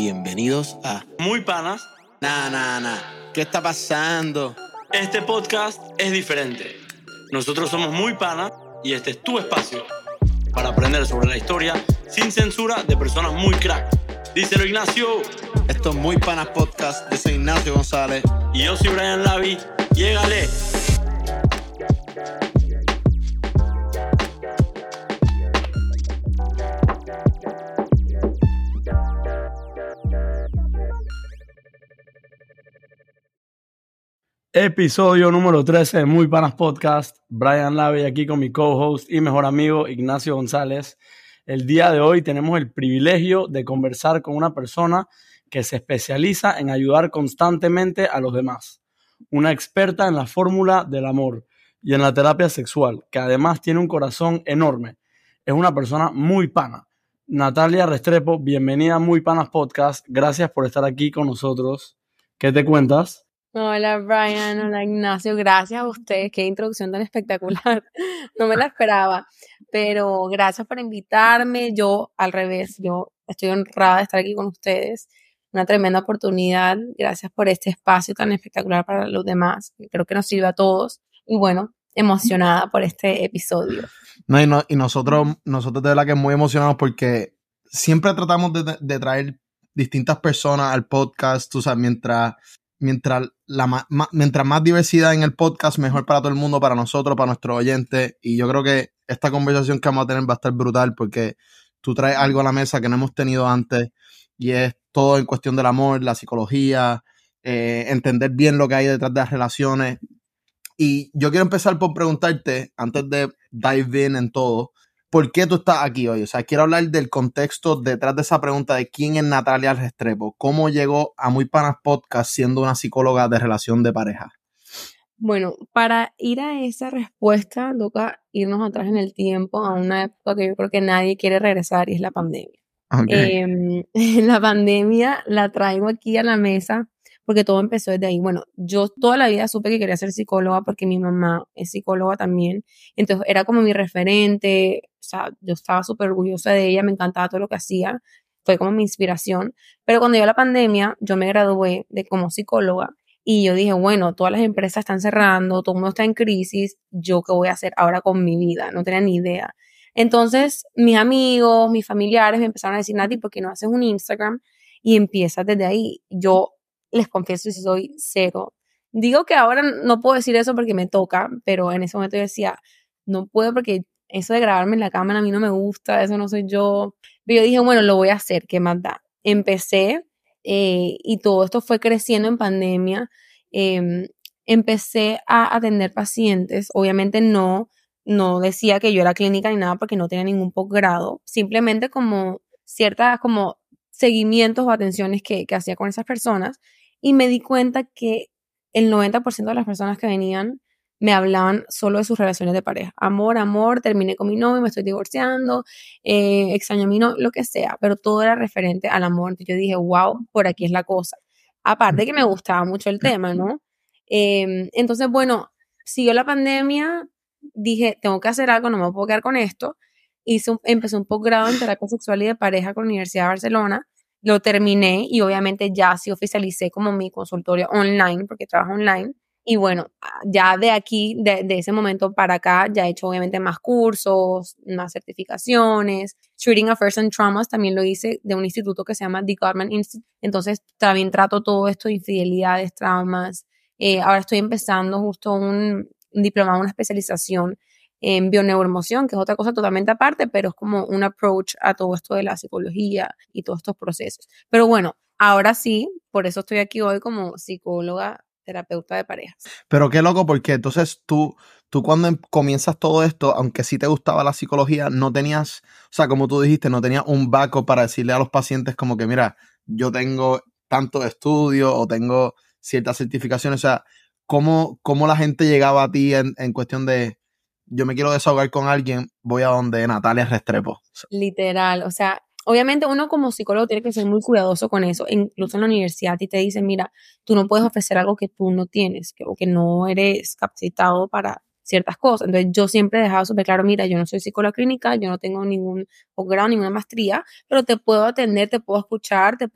Bienvenidos a Muy Panas. Nah. ¿Qué está pasando? Este podcast es diferente. Nosotros somos Muy Panas y este es tu espacio para aprender sobre la historia sin censura de personas muy crack. Díselo, Ignacio. Esto es Muy Panas Podcast. Yo soy Ignacio González. Y yo soy Brian Lavi. ¡Llégale! Episodio número 13 de Muy Panas Podcast. Brian Lavi aquí con mi co-host y mejor amigo Ignacio González. El día de hoy tenemos el privilegio de conversar con una persona que se especializa en ayudar constantemente a los demás. Una experta en la fórmula del amor y en la terapia sexual, que además tiene un corazón enorme. Es una persona muy pana. Natalia Restrepo, bienvenida a Muy Panas Podcast. Gracias por estar aquí con nosotros. ¿Qué te cuentas? Hola Brian, hola Ignacio, gracias a ustedes, qué introducción tan espectacular, no me la esperaba, pero gracias por invitarme. Yo al revés, yo estoy honrada de estar aquí con ustedes, una tremenda oportunidad, gracias por este espacio tan espectacular para los demás, que creo que nos sirve a todos, y bueno, emocionada por este episodio. Y nosotros de verdad que muy emocionados porque siempre tratamos de traer distintas personas al podcast, tú sabes, mientras más diversidad en el podcast, mejor para todo el mundo, para nosotros, para nuestros oyentes. Y yo creo que esta conversación que vamos a tener va a estar brutal porque tú traes algo a la mesa que no hemos tenido antes y es todo en cuestión del amor, la psicología, entender bien lo que hay detrás de las relaciones. Y yo quiero empezar por preguntarte, antes de dive in en todo, ¿por qué tú estás aquí hoy? O sea, quiero hablar del contexto detrás de esa pregunta de quién es Natalia Restrepo. ¿Cómo llegó a Muy Panas Podcast siendo una psicóloga de relación de pareja? Bueno, para ir a esa respuesta, toca irnos atrás en el tiempo a una época que yo creo que nadie quiere regresar y es la pandemia. Okay. La pandemia la traigo aquí a la mesa porque todo empezó desde ahí. Bueno, yo toda la vida supe que quería ser psicóloga porque mi mamá es psicóloga también. Entonces era como mi referente, o sea, yo estaba súper orgullosa de ella, me encantaba todo lo que hacía, fue como mi inspiración. Pero cuando llegó la pandemia, yo me gradué como psicóloga y yo dije, bueno, todas las empresas están cerrando, todo el mundo está en crisis, ¿yo qué voy a hacer ahora con mi vida? No tenía ni idea. Entonces, mis amigos, mis familiares me empezaron a decir, Nati, ¿por qué no haces un Instagram? Y empiezas desde ahí. Yo les confieso si soy cero. Digo que ahora no puedo decir eso porque me toca, pero en ese momento yo decía, no puedo porque eso de grabarme en la cámara a mí no me gusta, eso no soy yo. Pero yo dije, bueno, lo voy a hacer, ¿qué más da? Empecé y todo esto fue creciendo en pandemia. Empecé a atender pacientes, obviamente no decía que yo era clínica ni nada porque no tenía ningún posgrado, simplemente como ciertas como seguimientos o atenciones que hacía con esas personas y me di cuenta que el 90% de las personas que venían me hablaban solo de sus relaciones de pareja. Amor, terminé con mi novio, me estoy divorciando, extraño a mi novio, lo que sea, pero todo era referente al amor. Entonces yo dije, wow, por aquí es la cosa. Aparte que me gustaba mucho el tema, ¿no? Entonces, bueno, siguió la pandemia, dije, tengo que hacer algo, no me puedo quedar con esto. Empecé un posgrado en terapia sexual y de pareja con la Universidad de Barcelona, lo terminé y obviamente ya sí oficialicé como mi consultorio online, porque trabajo online. Y bueno, ya de aquí, de ese momento para acá, ya he hecho obviamente más cursos, más certificaciones. Treating Affairs and Traumas también lo hice de un instituto que se llama The Gottman Institute. Entonces también trato todo esto de infidelidades, traumas. Ahora estoy empezando justo un diplomado, una especialización en bioneuroemoción, que es otra cosa totalmente aparte, pero es como un approach a todo esto de la psicología y todos estos procesos. Pero bueno, ahora sí, por eso estoy aquí hoy como psicóloga, terapeuta de parejas. Pero qué loco, porque entonces tú cuando comienzas todo esto, aunque sí te gustaba la psicología, no tenías, o sea, como tú dijiste, no tenías un backup para decirle a los pacientes como que, mira, yo tengo tantos estudios o tengo ciertas certificaciones, o sea, ¿cómo la gente llegaba a ti en cuestión de yo me quiero desahogar con alguien, voy a donde Natalia Restrepo? Literal, o sea, obviamente uno como psicólogo tiene que ser muy cuidadoso con eso, incluso en la universidad y te dicen, mira, tú no puedes ofrecer algo que tú no tienes, o que no eres capacitado para ciertas cosas. Entonces yo siempre he dejado súper claro, mira, yo no soy psicóloga clínica, yo no tengo ningún posgrado, ninguna maestría, pero te puedo atender, te puedo escuchar, te puedo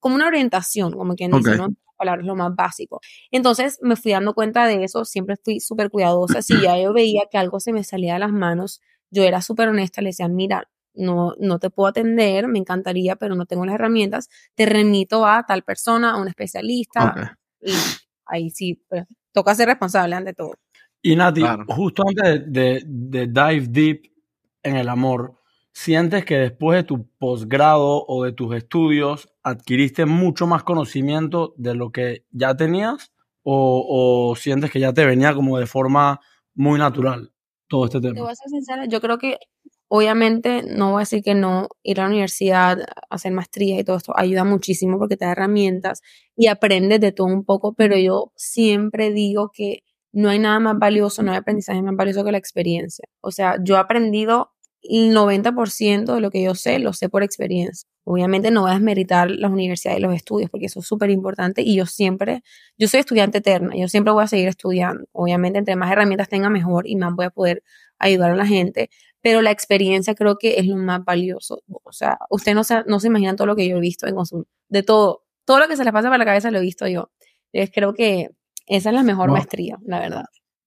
como una orientación, como quien dice, ¿no? Palabras lo más básico. Entonces me fui dando cuenta de eso, siempre fui súper cuidadosa. Si ya yo veía que algo se me salía de las manos, yo era súper honesta, le decía, mira, no te puedo atender, me encantaría, pero no tengo las herramientas, te remito a tal persona, a un especialista, y ahí sí, pues, toca ser responsable ante todo. Y Nati, justo antes de dive deep en el amor, ¿sientes que después de tu posgrado o de tus estudios adquiriste mucho más conocimiento de lo que ya tenías? ¿O sientes que ya te venía como de forma muy natural todo este tema? Te voy a ser sincera, yo creo que obviamente no voy a decir que no, ir a la universidad, hacer maestrías y todo esto ayuda muchísimo porque te da herramientas y aprendes de todo un poco, pero yo siempre digo que no hay nada más valioso, no hay aprendizaje más valioso que la experiencia. O sea, yo he aprendido el 90% de lo que yo sé, lo sé por experiencia. Obviamente no voy a desmeritar las universidades y los estudios porque eso es súper importante y yo soy estudiante eterna, yo siempre voy a seguir estudiando. Obviamente entre más herramientas tenga mejor y más voy a poder ayudar a la gente, pero la experiencia creo que es lo más valioso. O sea, usted no se imagina todo lo que yo he visto en consumo, de todo lo que se les pasa por la cabeza lo he visto yo. Entonces creo que esa es la mejor maestría, la verdad.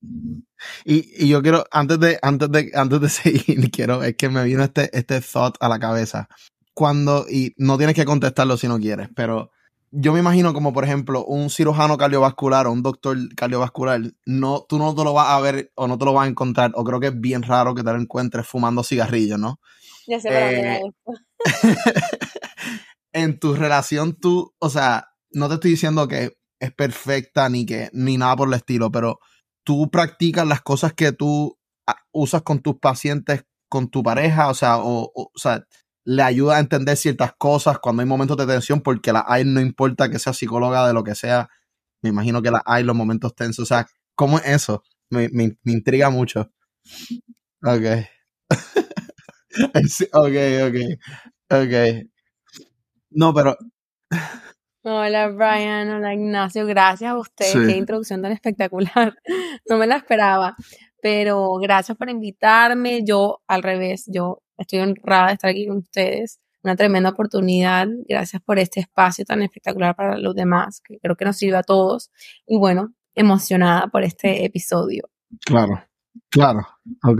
Y yo quiero, antes de seguir, es que me vino este thought a la cabeza. Y no tienes que contestarlo si no quieres, pero yo me imagino como, por ejemplo, un cirujano cardiovascular o un doctor cardiovascular, tú no te lo vas a ver o no te lo vas a encontrar, o creo que es bien raro que te lo encuentres fumando cigarrillos, ¿no? Ya sé para dónde va esto. En tu relación, o sea, no te estoy diciendo que es perfecta ni nada por el estilo, pero tú practicas las cosas que tú usas con tus pacientes, con tu pareja, o sea, le ayuda a entender ciertas cosas cuando hay momentos de tensión, porque las hay, no importa que sea psicóloga de lo que sea, me imagino que las hay, los momentos tensos, o sea, ¿cómo es eso? Me intriga mucho. Ok. Ok. No, pero... Hola Brian, hola Ignacio, gracias a ustedes, qué introducción tan espectacular, no me la esperaba, pero gracias por invitarme. Yo al revés, yo estoy honrada de estar aquí con ustedes, una tremenda oportunidad, gracias por este espacio tan espectacular para los demás, que creo que nos sirve a todos, y bueno, emocionada por este episodio. Claro, ok.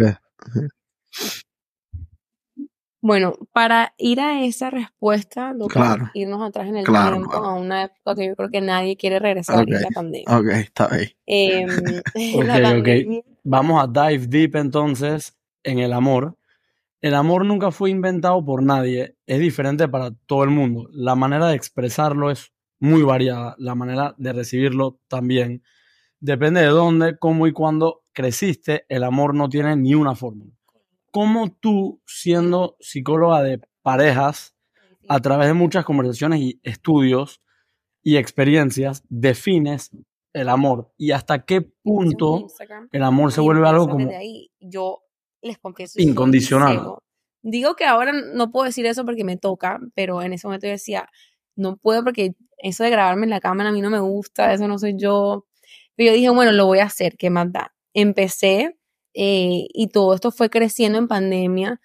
Bueno, para ir a esa respuesta, irnos atrás en el tiempo, a una época que yo creo que nadie quiere regresar, y es la pandemia. Ok, está bien. La pandemia. Vamos a dive deep entonces en el amor. El amor nunca fue inventado por nadie, es diferente para todo el mundo. La manera de expresarlo es muy variada, la manera de recibirlo también. Depende de dónde, cómo y cuándo creciste, el amor no tiene ni una fórmula. ¿Cómo tú, siendo psicóloga de parejas, a través de muchas conversaciones y estudios y experiencias, defines el amor? ¿Y hasta qué punto el amor se vuelve algo como yo les confieso, incondicional? Digo que ahora no puedo decir eso porque me toca, pero en ese momento yo decía, no puedo porque eso de grabarme en la cámara a mí no me gusta, eso no soy yo. Pero yo dije, bueno, lo voy a hacer, ¿qué más da? Empecé y todo esto fue creciendo en pandemia.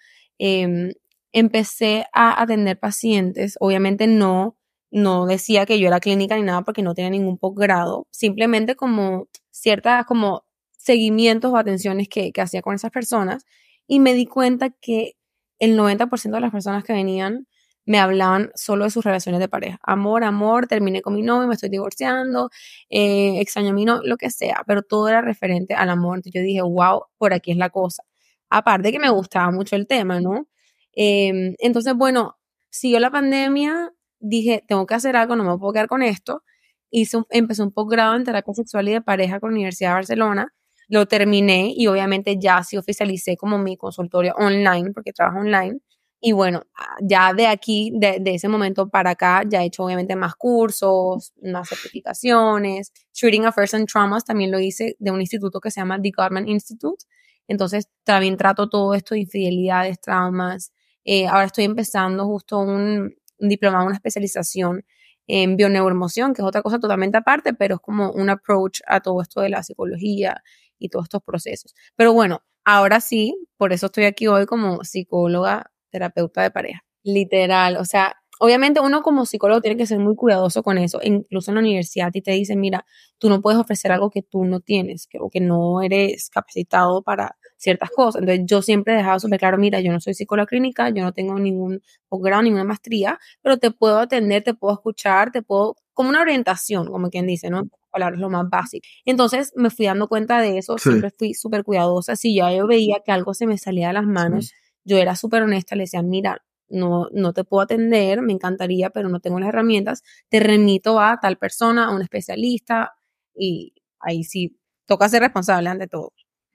Empecé a atender pacientes, obviamente no decía que yo era clínica ni nada porque no tenía ningún posgrado, simplemente como ciertas como seguimientos o atenciones que hacía con esas personas y me di cuenta que el 90% de las personas que venían me hablaban solo de sus relaciones de pareja. Amor, terminé con mi novio, me estoy divorciando, extraño a mi novio, lo que sea, pero todo era referente al amor. Entonces yo dije, wow, por aquí es la cosa. Aparte que me gustaba mucho el tema, ¿no? Entonces, bueno, siguió la pandemia, dije, tengo que hacer algo, no me puedo quedar con esto. Empecé un posgrado en terapia sexual y de pareja con la Universidad de Barcelona. Lo terminé y obviamente ya sí oficialicé como mi consultorio online, porque trabajo online. Y bueno, ya de aquí, de ese momento para acá, ya he hecho obviamente más cursos, más certificaciones. Treating Affairs and Traumas también lo hice de un instituto que se llama The Gottman Institute. Entonces también trato todo esto de infidelidades, traumas. Ahora estoy empezando justo un diplomado, una especialización en bioneuroemoción, que es otra cosa totalmente aparte, pero es como un approach a todo esto de la psicología y todos estos procesos. Pero bueno, ahora sí, por eso estoy aquí hoy como psicóloga, terapeuta de pareja. Literal, o sea, obviamente uno como psicólogo tiene que ser muy cuidadoso con eso. Incluso en la universidad y te dicen, mira, tú no puedes ofrecer algo que tú no tienes, o que no eres capacitado para ciertas cosas. Entonces yo siempre he dejado súper claro, mira, yo no soy psicóloga clínica, yo no tengo ningún posgrado, ninguna maestría, pero te puedo atender, te puedo escuchar, como una orientación, como quien dice, ¿no? Palabras lo más básico. Entonces me fui dando cuenta de eso, Sí. siempre fui súper cuidadosa. Si ya yo veía que algo se me salía de las manos, yo era súper honesta, le decía, mira, no te puedo atender, me encantaría, pero no tengo las herramientas, te remito a tal persona, a un especialista, y ahí sí, toca ser responsable ante todo.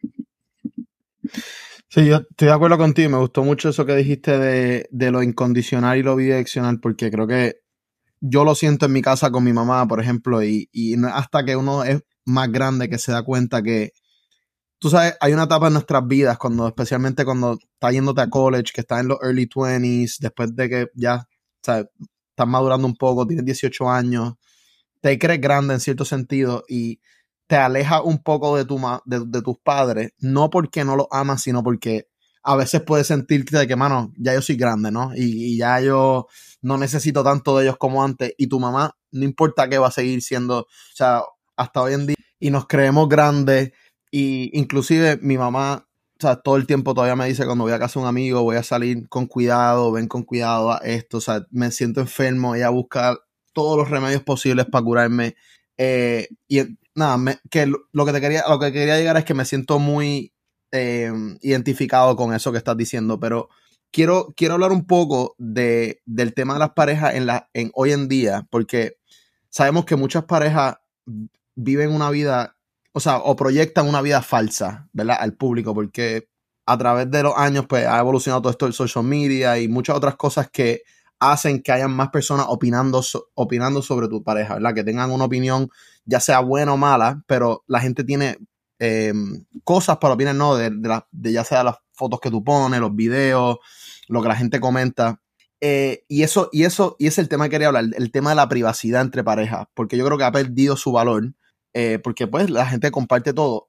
Sí, yo estoy de acuerdo contigo. Me gustó mucho eso que dijiste de lo incondicional y lo bidireccional, porque creo que yo lo siento en mi casa con mi mamá, por ejemplo, y no es hasta que uno es más grande que se da cuenta que, tú sabes, hay una etapa en nuestras vidas, especialmente cuando estás yéndote a college, que estás en los early 20s, después de que ya, ¿sabes?, estás madurando un poco, tienes 18 años, te crees grande en cierto sentido y te alejas un poco de tus padres, no porque no los amas, sino porque a veces puedes sentirte de que, mano, ya yo soy grande, ¿no? Y ya yo no necesito tanto de ellos como antes. Y tu mamá, no importa qué, va a seguir siendo, o sea, hasta hoy en día. Y nos creemos grandes. Y inclusive mi mamá, o sea, todo el tiempo todavía me dice, cuando voy a casa de un amigo, voy a salir con cuidado, ven con cuidado a esto. O sea, me siento enfermo, ella busca todos los remedios posibles para curarme. Y nada, lo que quería llegar es que me siento muy identificado con eso que estás diciendo, pero quiero hablar un poco del tema de las parejas en hoy en día, porque sabemos que muchas parejas viven una vida, o sea, o proyectan una vida falsa, ¿verdad?, al público, porque a través de los años pues ha evolucionado todo esto del social media y muchas otras cosas que hacen que hayan más personas opinando sobre tu pareja, ¿verdad? Que tengan una opinión, ya sea buena o mala, pero la gente tiene cosas para opinar, ¿no? De ya sea las fotos que tú pones, los videos, lo que la gente comenta. Y ese es el tema que quería hablar, el tema de la privacidad entre parejas, porque yo creo que ha perdido su valor, porque pues la gente comparte todo.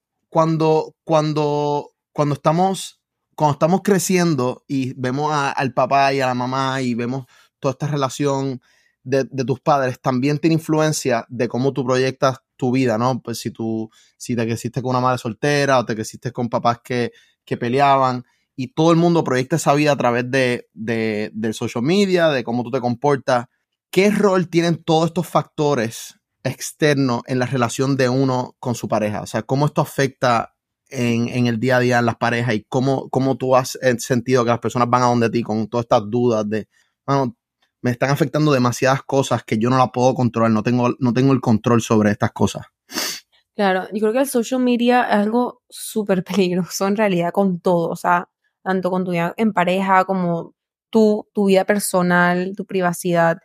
Cuando estamos creciendo y vemos al papá y a la mamá y vemos toda esta relación de tus padres, también tiene influencia de cómo tú proyectas tu vida, ¿no? Pues si te creciste con una madre soltera o te creciste con papás que peleaban, y todo el mundo proyecta esa vida a través del social media, de cómo tú te comportas. ¿Qué rol tienen todos estos factores externos en la relación de uno con su pareja? O sea, ¿cómo esto afecta en el día a día en las parejas y cómo tú has sentido que las personas van a donde ti con todas estas dudas de, bueno, me están afectando demasiadas cosas que yo no las puedo controlar, no tengo el control sobre estas cosas? Claro, yo creo que el social media es algo súper peligroso en realidad con todo, o sea, tanto con tu vida en pareja como tu vida personal, tu privacidad.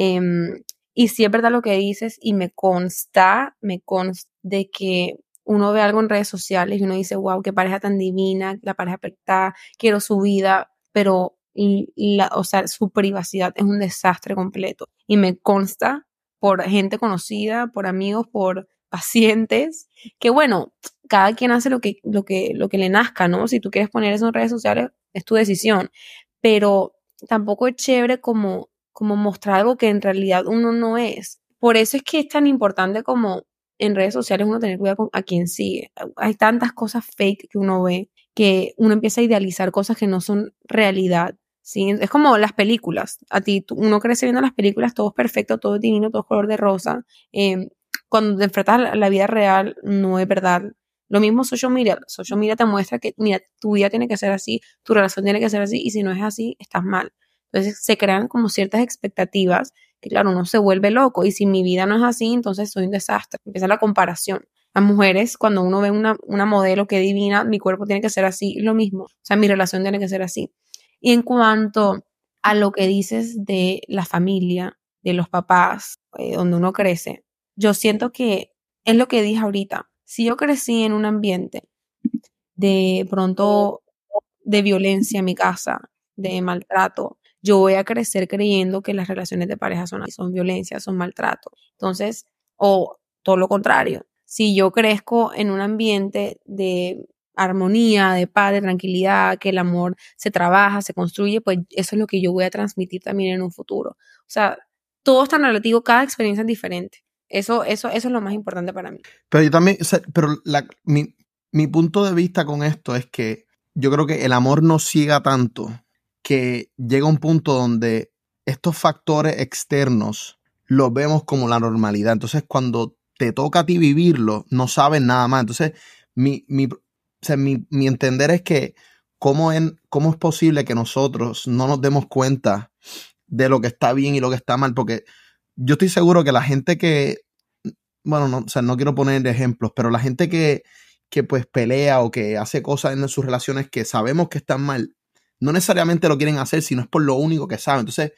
Y sí es verdad lo que dices y me consta de que uno ve algo en redes sociales y uno dice, wow, qué pareja tan divina, la pareja perfecta, quiero su vida, pero o sea, su privacidad es un desastre completo. Y me consta por gente conocida, por amigos, por pacientes, que bueno, cada quien hace lo que le nazca, ¿no? Si tú quieres poner eso en redes sociales, es tu decisión, pero tampoco es chévere como mostrar algo que en realidad uno no es. Por eso es que es tan importante como en redes sociales uno tener cuidado con a quién sigue. Hay tantas cosas fake que uno ve que uno empieza a idealizar cosas que no son realidad. ¿Sí? Es como las películas. Uno crece viendo las películas, todo es perfecto, todo es divino, todo es color de rosa. Cuando te enfrentas a la vida real, no es verdad. Lo mismo social media. Social media te muestra que, mira, tu vida tiene que ser así, tu relación tiene que ser así, y si no es así, estás mal. Entonces se crean como ciertas expectativas que, claro, uno se vuelve loco. Y si mi vida no es así, entonces soy un desastre. Empieza la comparación. Las mujeres, cuando uno ve una modelo que divina, mi cuerpo tiene que ser así, lo mismo. O sea, mi relación tiene que ser así. Y en cuanto a lo que dices de la familia, de los papás, donde uno crece, yo siento que es lo que dije ahorita. Si yo crecí en un ambiente de pronto de violencia en mi casa, de maltrato, yo voy a crecer creyendo que las relaciones de pareja son así, son violencia, son maltrato. Entonces, o todo lo contrario, si yo crezco en un ambiente de armonía, de paz, de tranquilidad, que el amor se trabaja, se construye, pues eso es lo que yo voy a transmitir también en un futuro. O sea, todo es tan relativo, cada experiencia es diferente. Eso es lo más importante para mí. Pero yo también, o sea, pero mi punto de vista con esto es que yo creo que el amor nos ciega tanto que llega un punto donde estos factores externos los vemos como la normalidad. Entonces, cuando te toca a ti vivirlo, no sabes nada más. Entonces, mi entender es que cómo es posible que nosotros no nos demos cuenta de lo que está bien y lo que está mal, porque yo estoy seguro que la gente que, bueno, no, o sea, no quiero poner ejemplos, pero la gente que pues pelea o que hace cosas en sus relaciones que sabemos que están mal, no necesariamente lo quieren hacer, sino es por lo único que saben. Entonces,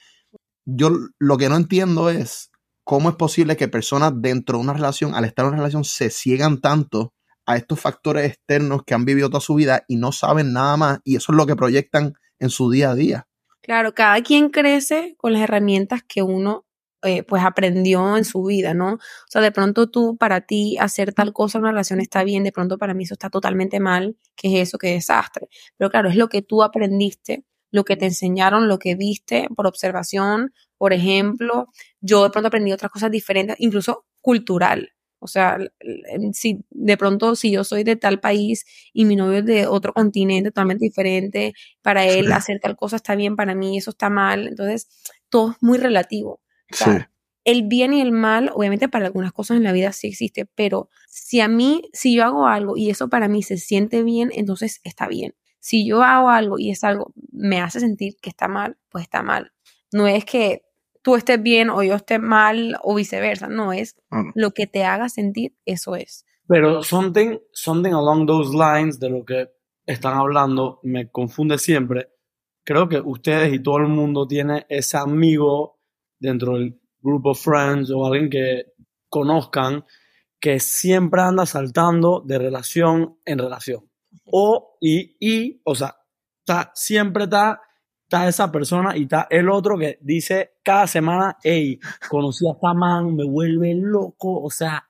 yo lo que no entiendo es cómo es posible que personas dentro de una relación, al estar en una relación, se ciegan tanto a estos factores externos que han vivido toda su vida y no saben nada más, y eso es lo que proyectan en su día a día. Claro, cada quien crece con las herramientas que uno pues aprendió en su vida, ¿no? O sea, de pronto tú, para ti, hacer tal cosa en una relación está bien, de pronto para mí eso está totalmente mal, ¿qué es eso? Qué desastre. Pero claro, es lo que tú aprendiste, lo que te enseñaron, lo que viste por observación. Por ejemplo, yo de pronto aprendí otras cosas diferentes, incluso cultural. O sea, si de pronto si yo soy de tal país y mi novio es de otro continente totalmente diferente, para él hacer tal cosa está bien, para mí eso está mal. Entonces, todo es muy relativo. O sea, Sí. el bien y el mal, obviamente para algunas cosas en la vida sí existe, pero si yo hago algo y eso para mí se siente bien, entonces está bien. Si yo hago algo y es algo me hace sentir que está mal, pues está mal. No es que tú estés bien o yo esté mal o viceversa, no es lo que te haga sentir, eso es. Pero something along those lines de lo que están hablando me confunde siempre. Creo que ustedes y todo el mundo tiene ese amigo dentro del grupo friends o alguien que conozcan que siempre anda saltando de relación en relación. O sea, siempre está esa persona y está el otro que dice cada semana, hey, conocí a esta man, me vuelve loco, o sea,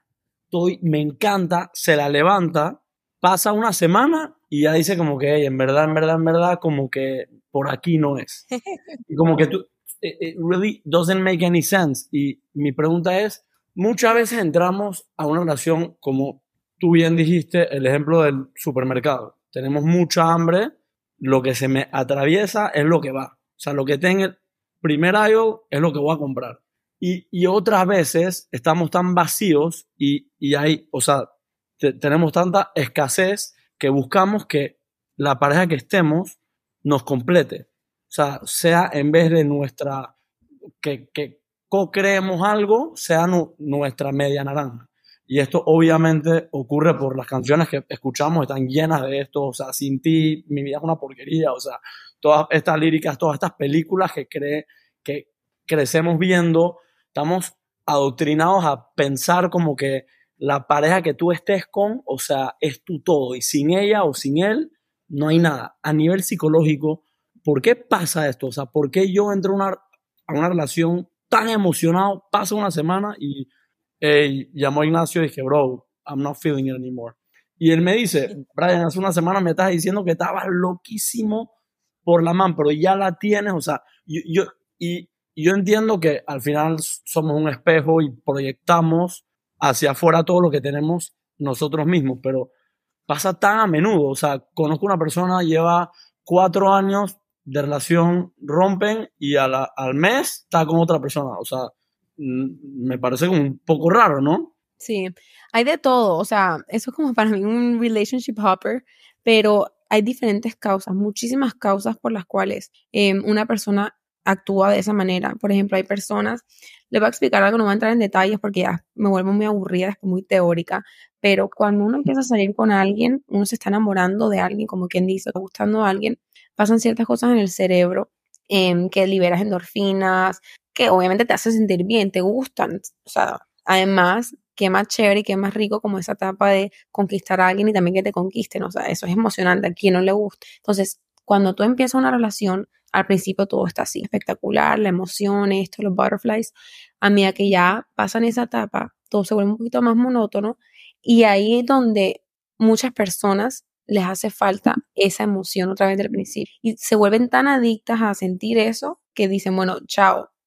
me encanta, se la levanta, pasa una semana y ya dice como que, hey, en verdad, como que por aquí no es. Y como que it really doesn't make any sense. Y mi pregunta es, muchas veces entramos a una relación, como tú bien dijiste, el ejemplo del supermercado. Tenemos mucha hambre, lo que se me atraviesa es lo que va. O sea, lo que tenga el primer aisle es lo que voy a comprar. Y otras veces estamos tan vacíos y hay, o sea, tenemos tanta escasez que buscamos que la pareja que estemos nos complete. O sea en vez de que co-creemos algo, sea nuestra media naranja. Y esto obviamente ocurre por las canciones que escuchamos, están llenas de esto, o sea, sin ti, mi vida es una porquería, o sea, todas estas líricas, todas estas películas que crecemos viendo, estamos adoctrinados a pensar como que la pareja que tú estés con, o sea, es tu todo, y sin ella o sin él, no hay nada. A nivel psicológico, ¿por qué pasa esto? O sea, ¿por qué yo entro a una relación tan emocionado, pasa una semana y llamó a Ignacio y dije, bro, I'm not feeling it anymore. Y él me dice, Brian, hace una semana me estás diciendo que estabas loquísimo por la man, pero ya la tienes, o sea, yo entiendo que al final somos un espejo y proyectamos hacia afuera todo lo que tenemos nosotros mismos, pero pasa tan a menudo, o sea, conozco una persona, lleva 4 años de relación, rompen y al mes está con otra persona, o sea, me parece como un poco raro, ¿no? Sí, hay de todo, o sea, eso es como para mí un relationship hopper, pero hay diferentes causas, muchísimas causas por las cuales una persona actúa de esa manera. Por ejemplo, hay personas, les voy a explicar algo, no voy a entrar en detalles porque ya me vuelvo muy aburrida, es muy teórica, pero cuando uno empieza a salir con alguien, uno se está enamorando de alguien, como quien dice, está gustando a alguien, pasan ciertas cosas en el cerebro que liberas endorfinas, que obviamente te hace sentir bien, te gustan, o sea, además, qué más chévere y qué más rico como esa etapa de conquistar a alguien y también que te conquisten, o sea, eso es emocionante, a quien no le gusta. Entonces, cuando tú empiezas una relación, al principio todo está así, espectacular, la emoción, esto, los butterflies, a medida que ya pasan esa etapa, todo se vuelve un poquito más monótono y ahí es donde muchas personas les hace falta esa emoción otra vez del principio y se vuelven tan adictas a sentir eso que dicen, bueno, chao,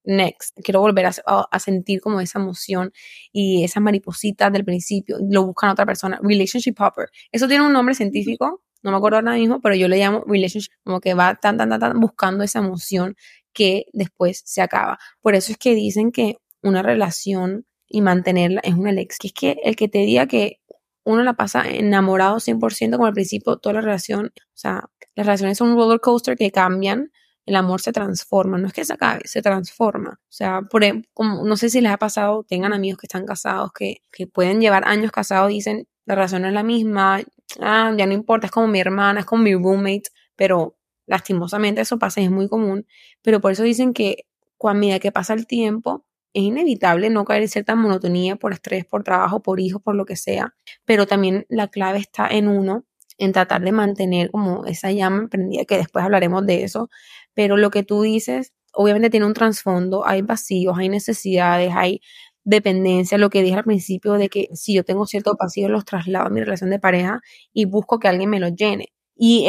next, quiero volver a sentir como esa emoción y esas maripositas del principio, lo buscan a otra persona, relationship hopper. Eso tiene un nombre científico, no me acuerdo ahora mismo, pero yo le llamo relationship, como que va tan buscando esa emoción que después se acaba. Por eso es que dicen que una relación y mantenerla es un elixir, que es que el que te diga que uno la pasa enamorado 100% como al principio, toda la relación, o sea, las relaciones son un roller coaster que cambian, el amor se transforma, no es que se acabe, se transforma. O sea, como, no sé si les ha pasado, tengan amigos que están casados, que pueden llevar años casados y dicen, la relación no es la misma, ya no importa, es como mi hermana, es como mi roommate, pero lastimosamente eso pasa y es muy común. Pero por eso dicen que a medida que pasa el tiempo, es inevitable no caer en cierta monotonía por estrés, por trabajo, por hijos, por lo que sea, pero también la clave está en uno, en tratar de mantener como esa llama prendida, que después hablaremos de eso, pero lo que tú dices, obviamente tiene un trasfondo, hay vacíos, hay necesidades, hay dependencia, lo que dije al principio de que si yo tengo ciertos vacíos los traslado a mi relación de pareja y busco que alguien me los llene. Y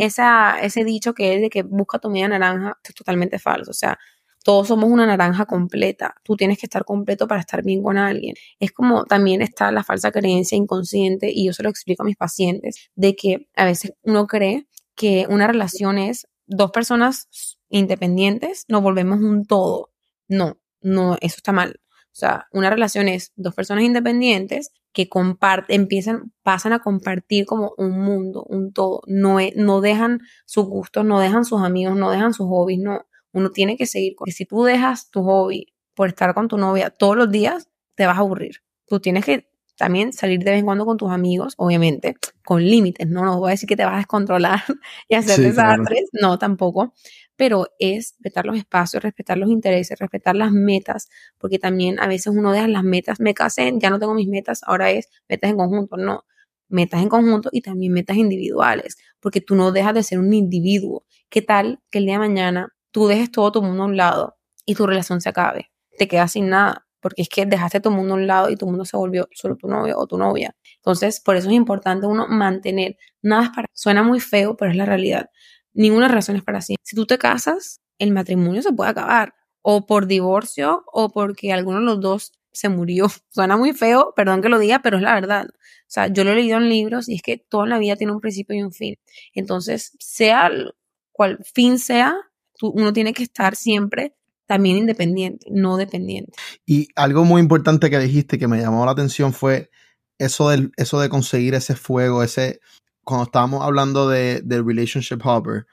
ese dicho que es de que busca tu media naranja es totalmente falso, o sea, todos somos una naranja completa. Tú tienes que estar completo para estar bien con alguien. Es como también está la falsa creencia inconsciente, y yo se lo explico a mis pacientes, de que a veces uno cree que una relación es dos personas independientes, nos volvemos un todo. No, eso está mal. O sea, una relación es dos personas independientes que pasan a compartir como un mundo, un todo. No dejan sus gustos, no dejan sus amigos, no dejan sus hobbies, no. Uno tiene que seguir. Porque si tú dejas tu hobby por estar con tu novia todos los días, te vas a aburrir. Tú tienes que también salir de vez en cuando con tus amigos, obviamente, con límites, ¿no? No voy a decir que te vas a descontrolar y hacer desastres, no, tampoco. Pero es respetar los espacios, respetar los intereses, respetar las metas, porque también a veces uno deja las metas, me casé, ya no tengo mis metas, ahora es metas en conjunto, no. Metas en conjunto y también metas individuales, porque tú no dejas de ser un individuo. ¿Qué tal que el día de mañana tú dejes todo tu mundo a un lado y tu relación se acabe? Te quedas sin nada, porque es que dejaste tu mundo a un lado y tu mundo se volvió solo tu novio o tu novia. Entonces, por eso es importante uno mantener, nada es para, suena muy feo, pero es la realidad. Ninguna relación es para siempre. Si tú te casas, el matrimonio se puede acabar, o por divorcio, o porque alguno de los dos se murió. Suena muy feo, perdón que lo diga, pero es la verdad. O sea, yo lo he leído en libros y es que toda la vida tiene un principio y un fin. Entonces, sea cual fin sea, uno tiene que estar siempre también independiente, no dependiente. Y algo muy importante que dijiste que me llamó la atención fue eso de conseguir ese fuego, cuando estábamos hablando de relationship hopper,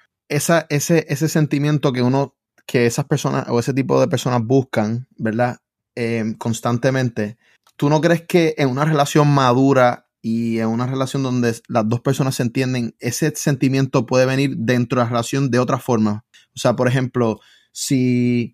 ese sentimiento que esas personas o ese tipo de personas buscan, ¿verdad? Constantemente. ¿Tú no crees que en una relación madura y en una relación donde las dos personas se entienden, ese sentimiento puede venir dentro de la relación de otra forma? O sea, por ejemplo, si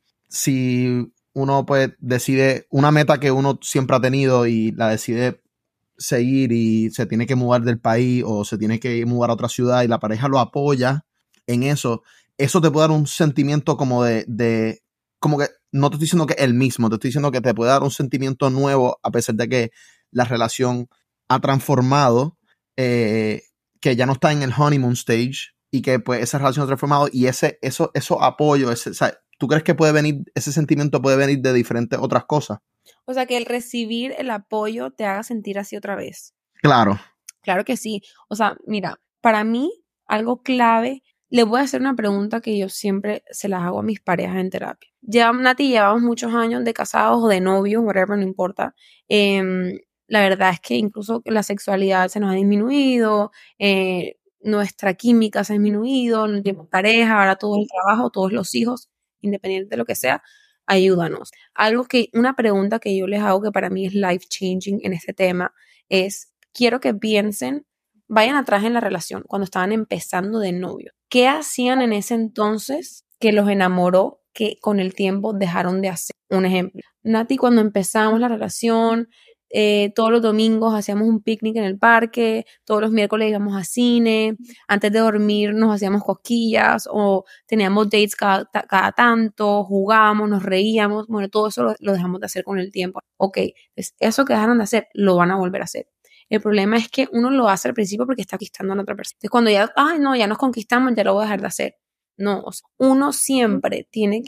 uno pues decide una meta que uno siempre ha tenido y la decide seguir y se tiene que mudar del país o se tiene que mudar a otra ciudad y la pareja lo apoya en eso te puede dar un sentimiento como como que, no te estoy diciendo que es el mismo, te estoy diciendo que te puede dar un sentimiento nuevo a pesar de que la relación ha transformado, que ya no está en el honeymoon stage y que pues esa relación ha transformado y eso apoyo, o sea, ¿tú crees que ese sentimiento puede venir de diferentes otras cosas? O sea, que el recibir el apoyo te haga sentir así otra vez. Claro. Claro que sí. O sea, mira, para mí, algo clave, le voy a hacer una pregunta que yo siempre se las hago a mis parejas en terapia. Nati, llevamos muchos años de casados o de novios, whatever, no importa. La verdad es que incluso la sexualidad se nos ha disminuido, nuestra química se ha disminuido, no tenemos pareja, ahora todo el trabajo, todos los hijos, independiente de lo que sea. Ayúdanos. Una pregunta que yo les hago que para mí es life changing en este tema es, quiero que piensen, vayan atrás en la relación cuando estaban empezando de novio. ¿Qué hacían en ese entonces que los enamoró que con el tiempo dejaron de hacer? Un ejemplo, Nati, cuando empezamos la relación, todos los domingos hacíamos un picnic en el parque, todos los miércoles íbamos a cine, antes de dormir nos hacíamos cosquillas o teníamos dates cada tanto, jugábamos, nos reíamos, bueno, todo eso lo dejamos de hacer con el tiempo. Ok, pues eso que dejaron de hacer, lo van a volver a hacer. El problema es que uno lo hace al principio porque está conquistando a la otra persona. Entonces cuando ya nos conquistamos, ya lo voy a dejar de hacer. No, o sea, uno siempre tiene que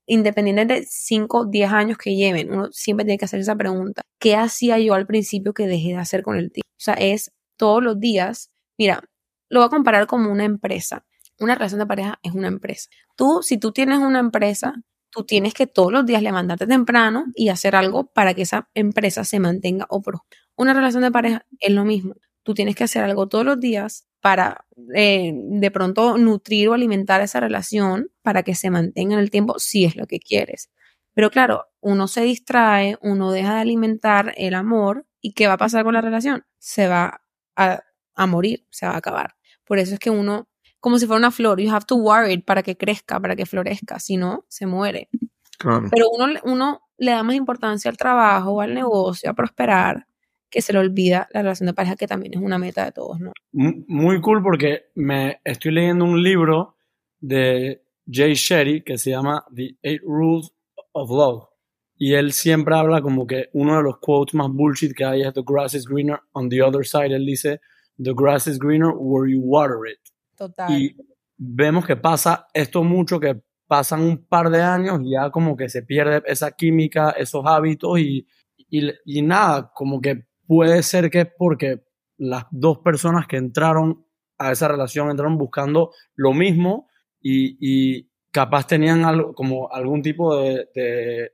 independiente de 5, 10 años que lleven, uno siempre tiene que hacer esa pregunta. ¿Qué hacía yo al principio que dejé de hacer con el tiempo? O sea, es todos los días. Mira, lo voy a comparar como una empresa. Una relación de pareja es una empresa. Si tú tienes una empresa, tú tienes que todos los días levantarte temprano y hacer algo para que esa empresa se mantenga o prospere. Una relación de pareja es lo mismo. Tú tienes que hacer algo todos los días para de pronto nutrir o alimentar esa relación para que se mantenga en el tiempo si es lo que quieres. Pero claro, uno se distrae, uno deja de alimentar el amor y ¿qué va a pasar con la relación? Se va a morir, se va a acabar. Por eso es que uno, como si fuera una flor, you have to water it para que crezca, para que florezca, si no, se muere. Claro. Pero uno le da más importancia al trabajo, al negocio, a prosperar, que se le olvida la relación de pareja, que también es una meta de todos, ¿no? Muy cool porque me estoy leyendo un libro de Jay Shetty que se llama The 8 Rules of Love. Y él siempre habla como que uno de los quotes más bullshit que hay es "The grass is greener on the other side". Él dice "The grass is greener where you water it". Total. Y vemos que pasa esto mucho, que pasan un par de años y ya como que se pierde esa química, esos hábitos y nada, como que puede ser que es porque las dos personas que entraron a esa relación entraron buscando lo mismo y capaz tenían algo, como algún tipo de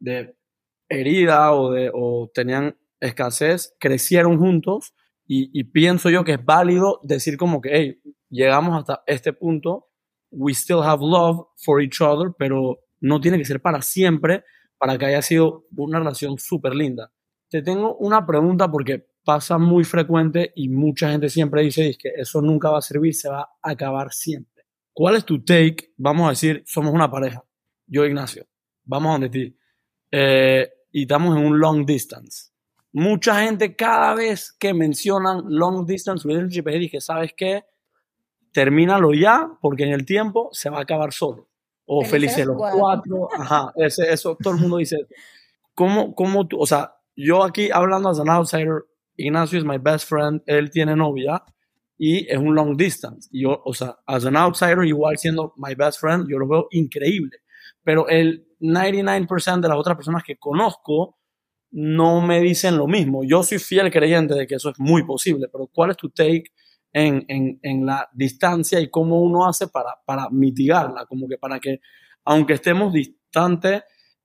herida o tenían escasez, crecieron juntos y pienso yo que es válido decir como que, hey, llegamos hasta este punto, we still have love for each other, pero no tiene que ser para siempre para que haya sido una relación súper linda. Te tengo una pregunta porque pasa muy frecuente y mucha gente siempre dice que eso nunca va a servir, se va a acabar siempre. ¿Cuál es tu take? Vamos a decir, somos una pareja, yo Ignacio, vamos a donde ti, y estamos en un long distance. Mucha gente cada vez que mencionan long distance relationship dice, ¿sabes qué? Termínalo ya porque en el tiempo se va a acabar solo. O felices los cuatro. Ajá, eso, todo el mundo dice eso. ¿Cómo tú, o sea, yo aquí hablando as an outsider, Ignacio es my best friend, él tiene novia y es un long distance. Yo, o sea, as an outsider, igual siendo my best friend, yo lo veo increíble. Pero el 99% de las otras personas que conozco no me dicen lo mismo. Yo soy fiel creyente de que eso es muy posible, pero ¿cuál es tu take en la distancia y cómo uno hace para mitigarla? Como que para que, aunque estemos distantes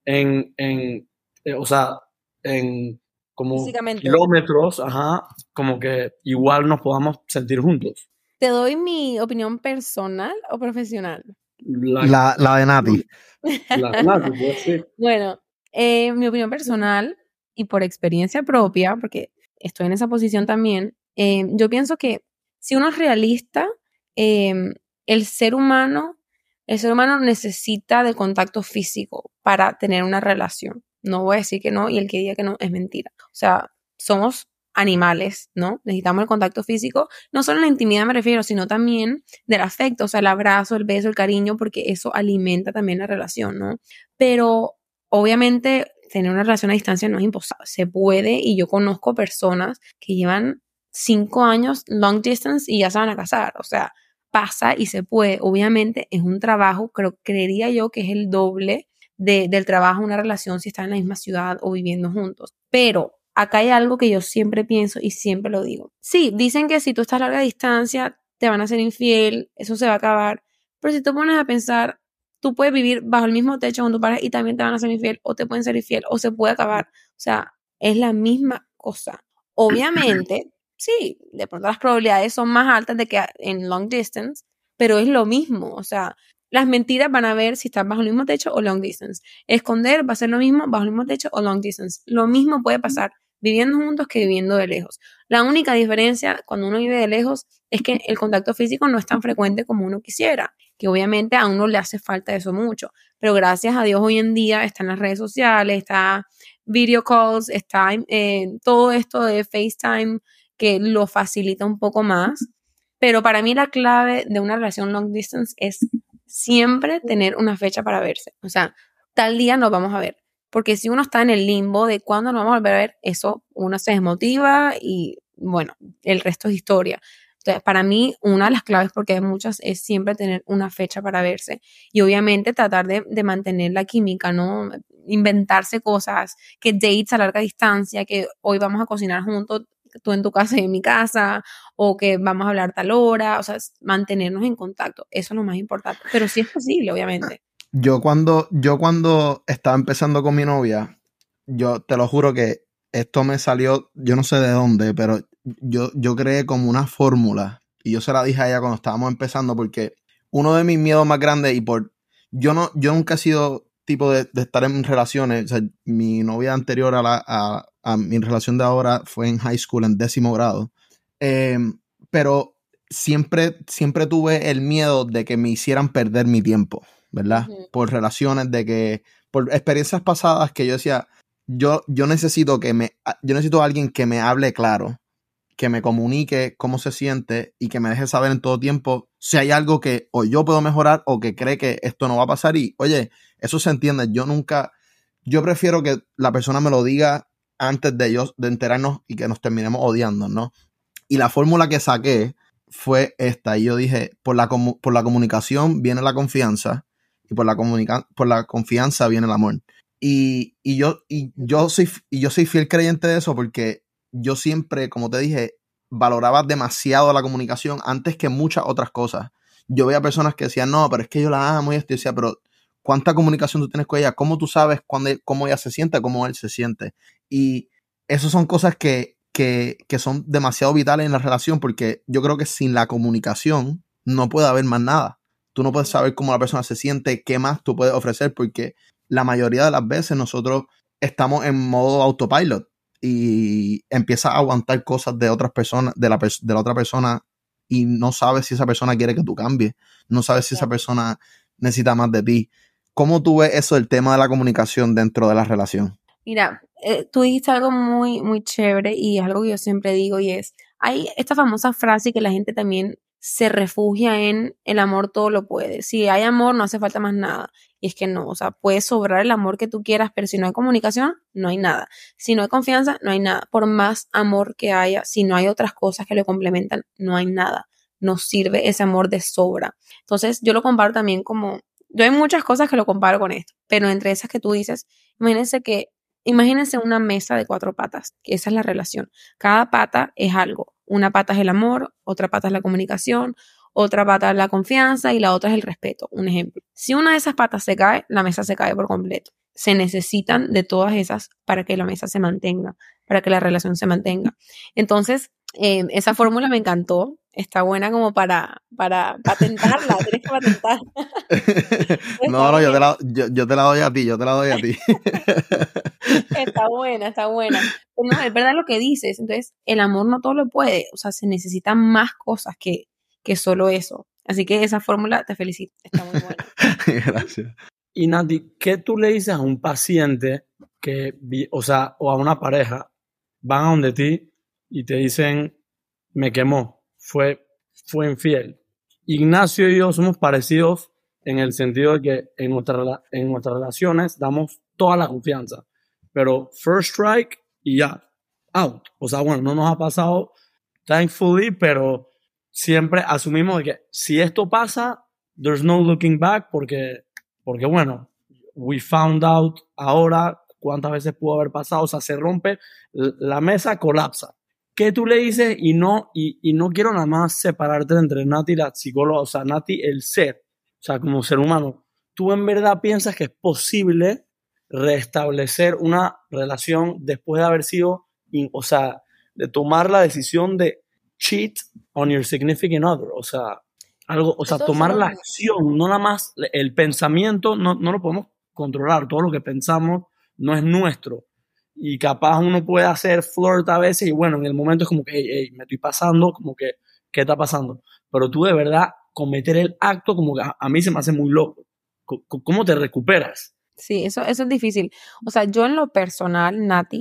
o sea, en como kilómetros, ajá, como que igual nos podamos sentir juntos. ¿Te doy mi opinión personal o profesional? La de Nati. La de Nati, pues sí. Bueno, mi opinión personal y por experiencia propia, porque estoy en esa posición también, yo pienso que si uno es realista, el ser humano necesita de contacto físico para tener una relación. No voy a decir que no y el que diga que no es mentira. O sea, somos animales, ¿no? Necesitamos el contacto físico, no solo en la intimidad me refiero, sino también del afecto, o sea, el abrazo, el beso, el cariño, porque eso alimenta también la relación, ¿no? Pero obviamente tener una relación a distancia no es imposible, se puede y yo conozco personas que llevan 5 años long distance y ya se van a casar, o sea, pasa y se puede. Obviamente es un trabajo, creería yo que es el doble del trabajo en una relación si están en la misma ciudad o viviendo juntos. Pero acá hay algo que yo siempre pienso y siempre lo digo. Sí, dicen que si tú estás a larga distancia te van a ser infiel, eso se va a acabar. Pero si tú pones a pensar, tú puedes vivir bajo el mismo techo con tu pareja y también te van a ser infiel o te pueden ser infiel o se puede acabar. O sea, es la misma cosa. Obviamente, sí, de pronto las probabilidades son más altas de que en long distance, pero es lo mismo. O sea, las mentiras van a ver si estás bajo el mismo techo o long distance. Esconder va a ser lo mismo bajo el mismo techo o long distance. Lo mismo puede pasar viviendo juntos que viviendo de lejos. La única diferencia cuando uno vive de lejos es que el contacto físico no es tan frecuente como uno quisiera, que obviamente a uno le hace falta eso mucho, pero gracias a Dios hoy en día están las redes sociales, está video calls, está todo esto de FaceTime que lo facilita un poco más, pero para mí la clave de una relación long distance es siempre tener una fecha para verse, o sea, tal día nos vamos a ver. Porque si uno está en el limbo de cuándo nos vamos a volver a ver, eso uno se desmotiva y bueno, el resto es historia. Entonces, para mí, una de las claves, porque hay muchas, es siempre tener una fecha para verse. Y obviamente tratar de mantener la química, ¿no? Inventarse cosas, que dates a larga distancia, que hoy vamos a cocinar juntos, tú en tu casa y en mi casa, o que vamos a hablar tal hora, o sea, mantenernos en contacto. Eso es lo más importante. Pero sí es posible, obviamente. Yo cuando estaba empezando con mi novia, yo te lo juro que esto me salió, yo no sé de dónde, pero yo creé como una fórmula y yo se la dije a ella cuando estábamos empezando porque uno de mis miedos más grandes yo nunca he sido tipo de estar en relaciones, o sea, mi novia anterior a mi relación de ahora fue en high school, en 10º grado, pero siempre tuve el miedo de que me hicieran perder mi tiempo, ¿verdad? Por relaciones por experiencias pasadas que yo decía, yo necesito a alguien que me hable claro, que me comunique cómo se siente y que me deje saber en todo tiempo si hay algo que o yo puedo mejorar o que cree que esto no va a pasar. Y oye, eso se entiende. Yo prefiero que la persona me lo diga antes de enterarnos y que nos terminemos odiando, ¿no? Y la fórmula que saqué fue esta. Y yo dije, por la comunicación viene la confianza y por la confianza viene el amor. Y yo soy fiel creyente de eso porque yo siempre, como te dije, valoraba demasiado la comunicación antes que muchas otras cosas. Yo veía personas que decían, no, pero es que yo la amo y esto. Y decía, pero ¿cuánta comunicación tú tienes con ella? ¿Cómo tú sabes cómo ella se siente, cómo él se siente? Y esas son cosas que son demasiado vitales en la relación porque yo creo que sin la comunicación no puede haber más nada. Tú no puedes saber cómo la persona se siente, qué más tú puedes ofrecer porque la mayoría de las veces nosotros estamos en modo autopilot y empiezas a aguantar cosas de otras personas, de la otra persona y no sabes si esa persona quiere que tú cambies, no sabes si esa persona necesita más de ti. ¿Cómo tú ves eso, el tema de la comunicación dentro de la relación? Mira, tú dijiste algo muy, muy chévere y es algo que yo siempre digo y hay esta famosa frase que la gente también se refugia en el amor todo lo puede. Si hay amor no hace falta más nada. Y es que no, o sea, puede sobrar el amor que tú quieras, pero si no hay comunicación, no hay nada. Si no hay confianza, no hay nada. Por más amor que haya, si no hay otras cosas que lo complementan, no hay nada. No sirve ese amor de sobra. Entonces, yo lo comparo también yo hay muchas cosas que lo comparo con esto, pero entre esas que tú dices, imagínense una mesa de 4 patas, que esa es la relación. Cada pata es algo. Una pata es el amor, otra pata es la comunicación, otra pata es la confianza y la otra es el respeto. Un ejemplo. Si una de esas patas se cae, la mesa se cae por completo. Se necesitan de todas esas para que la mesa se mantenga, para que la relación se mantenga. Entonces, esa fórmula me encantó. Está buena como para patentarla. Tienes que patentarla. No, yo te la doy a ti, Está buena, está buena. Pero no, es verdad lo que dices. Entonces, el amor no todo lo puede. O sea, se necesitan más cosas que solo eso. Así que esa fórmula, te felicito. Está muy buena. Gracias. Y Nati, ¿qué tú le dices a un paciente o a una pareja, van a donde ti y te dicen, me quemó, fue infiel? Ignacio y yo somos parecidos en el sentido de que en nuestras relaciones damos toda la confianza, pero first strike y ya, out. O sea, bueno, no nos ha pasado, thankfully, pero siempre asumimos de que si esto pasa, there's no looking back porque bueno, we found out ahora cuántas veces pudo haber pasado, o sea, se rompe, la mesa colapsa. ¿Qué tú le dices? Y no quiero nada más separarte entre Nati y la psicóloga, o sea, Nati el ser, o sea, como ser humano. ¿Tú en verdad piensas que es posible restablecer una relación después de haber sido, o sea, de tomar la decisión de cheat on your significant other? O sea, tomar la acción, no nada más el pensamiento, no lo podemos controlar, todo lo que pensamos no es nuestro. Y capaz uno puede hacer flirt a veces y bueno, en el momento es como que, hey, me estoy pasando, como que, ¿qué está pasando? Pero tú de verdad cometer el acto como que a mí se me hace muy loco. ¿Cómo te recuperas? Sí, eso es difícil. O sea, yo en lo personal, Nati,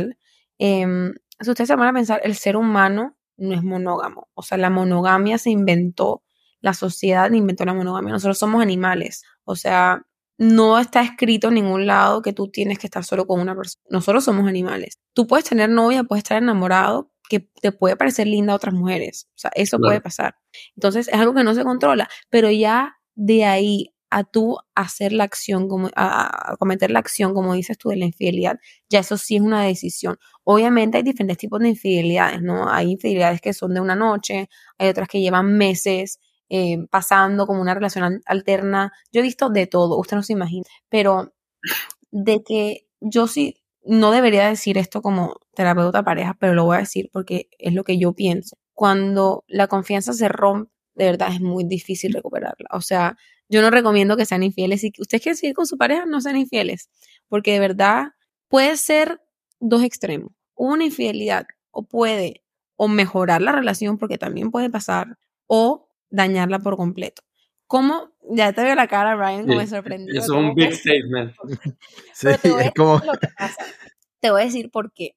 si ustedes se van a pensar, el ser humano no es monógamo. O sea, la monogamia se inventó, la sociedad inventó la monogamia. Nosotros somos animales. O sea, no está escrito en ningún lado que tú tienes que estar solo con una persona. Nosotros somos animales. Tú puedes tener novia, puedes estar enamorado que te puede parecer linda a otras mujeres. O sea, eso Claro. puede pasar. Entonces, es algo que no se controla, pero ya de ahí a tú hacer la acción, a cometer la acción, como dices tú, de la infidelidad, ya eso sí es una decisión. Obviamente hay diferentes tipos de infidelidades, ¿no? Hay infidelidades que son de una noche, hay otras que llevan meses pasando como una relación alterna. Yo he visto de todo, usted no se imagina, pero de que yo sí no debería decir esto como terapeuta pareja, pero lo voy a decir porque es lo que yo pienso. Cuando la confianza se rompe, de verdad es muy difícil recuperarla. O sea, yo no recomiendo que sean infieles. Si ustedes quieren seguir con su pareja, no sean infieles, porque de verdad puede ser dos extremos. Una infidelidad o puede o mejorar la relación, porque también puede pasar, o dañarla por completo. ¿Cómo? Ya te veo la cara, Brian, como me sorprendió. Eso es un big statement. Sí, Pero te voy a es como... decir lo que pasa. Te voy a decir por qué.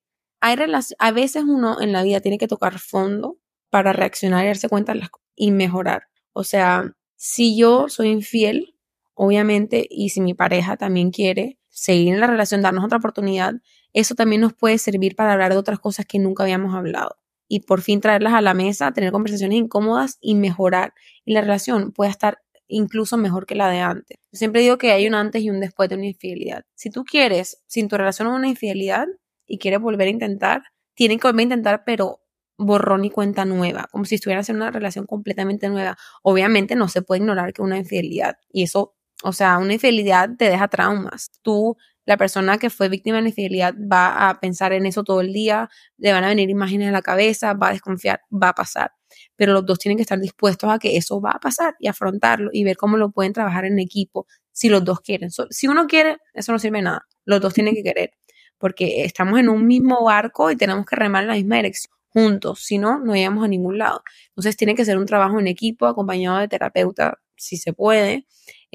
A veces uno en la vida tiene que tocar fondo para reaccionar y darse cuenta de las cosas y mejorar. O sea, si yo soy infiel, obviamente, y si mi pareja también quiere seguir en la relación, darnos otra oportunidad, eso también nos puede servir para hablar de otras cosas que nunca habíamos hablado. Y por fin traerlas a la mesa, tener conversaciones incómodas y mejorar. Y la relación puede estar incluso mejor que la de antes. Yo siempre digo que hay un antes y un después de una infidelidad. Si tú quieres, sin tu relación una infidelidad y quieres volver a intentar, tienen que volver a intentar, pero borrón y cuenta nueva, como si estuvieras en una relación completamente nueva. Obviamente no se puede ignorar que una infidelidad, y eso, o sea, una infidelidad te deja traumas. Tú, la persona que fue víctima de la infidelidad, va a pensar en eso todo el día, le van a venir imágenes a la cabeza, va a desconfiar, va a pasar. Pero los dos tienen que estar dispuestos a que eso va a pasar y afrontarlo y ver cómo lo pueden trabajar en equipo si los dos quieren. Si uno quiere, eso no sirve de nada. Los dos tienen que querer, porque estamos en un mismo barco y tenemos que remar en la misma dirección juntos, si no, no llegamos a ningún lado. Entonces tiene que ser un trabajo en equipo, acompañado de terapeuta, si se puede.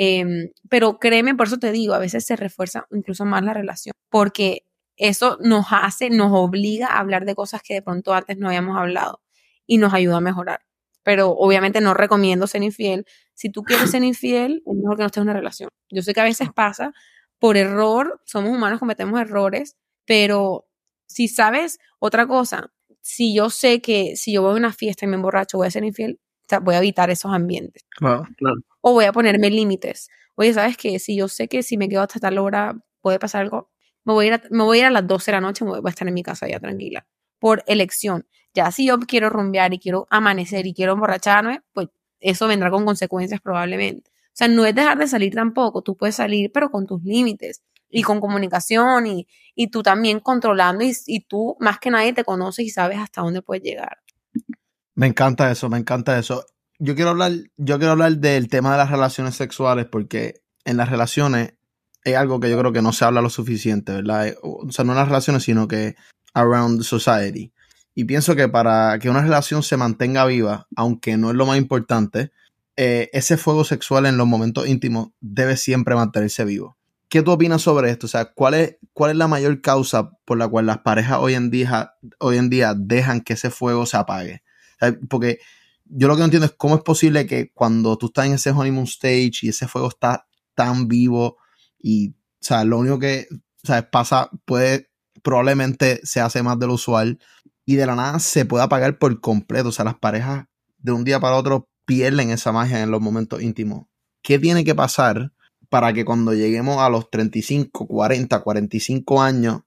Pero créeme, por eso te digo, a veces se refuerza incluso más la relación, porque eso nos obliga a hablar de cosas que de pronto antes no habíamos hablado y nos ayuda a mejorar. Pero obviamente no recomiendo ser infiel. Si tú quieres ser infiel, es mejor que no estés en una relación. Yo sé que a veces pasa por error, somos humanos, cometemos errores, pero si sabes otra cosa, si yo sé que si yo voy a una fiesta y me emborracho, voy a ser infiel, o sea, voy a evitar esos ambientes. Wow. Claro. O voy a ponerme límites. Oye, ¿sabes qué? Si yo sé que si me quedo hasta tal hora puede pasar algo, me voy a ir a las 12 de la noche, voy a estar en mi casa ya tranquila. Por elección. Ya si yo quiero rumbear y quiero amanecer y quiero emborracharme, pues eso vendrá con consecuencias probablemente. O sea, no es dejar de salir tampoco. Tú puedes salir, pero con tus límites y con comunicación y tú también controlando y tú más que nadie te conoces y sabes hasta dónde puedes llegar. Me encanta eso, me encanta eso. Yo quiero hablar del tema de las relaciones sexuales porque en las relaciones es algo que yo creo que no se habla lo suficiente, ¿verdad? O sea, no en las relaciones, sino que around society. Y pienso que para que una relación se mantenga viva, aunque no es lo más importante, ese fuego sexual en los momentos íntimos debe siempre mantenerse vivo. ¿Qué tú opinas sobre esto? O sea, ¿cuál es la mayor causa por la cual las parejas hoy en día dejan que ese fuego se apague? O sea, porque yo lo que no entiendo es cómo es posible que cuando tú estás en ese honeymoon stage y ese fuego está tan vivo y, o sea, lo único que, o sea, pasa, probablemente se hace más de lo usual y de la nada se puede apagar por completo. O sea, las parejas de un día para otro pierden esa magia en los momentos íntimos. ¿Qué tiene que pasar para que cuando lleguemos a los 35, 40, 45 años,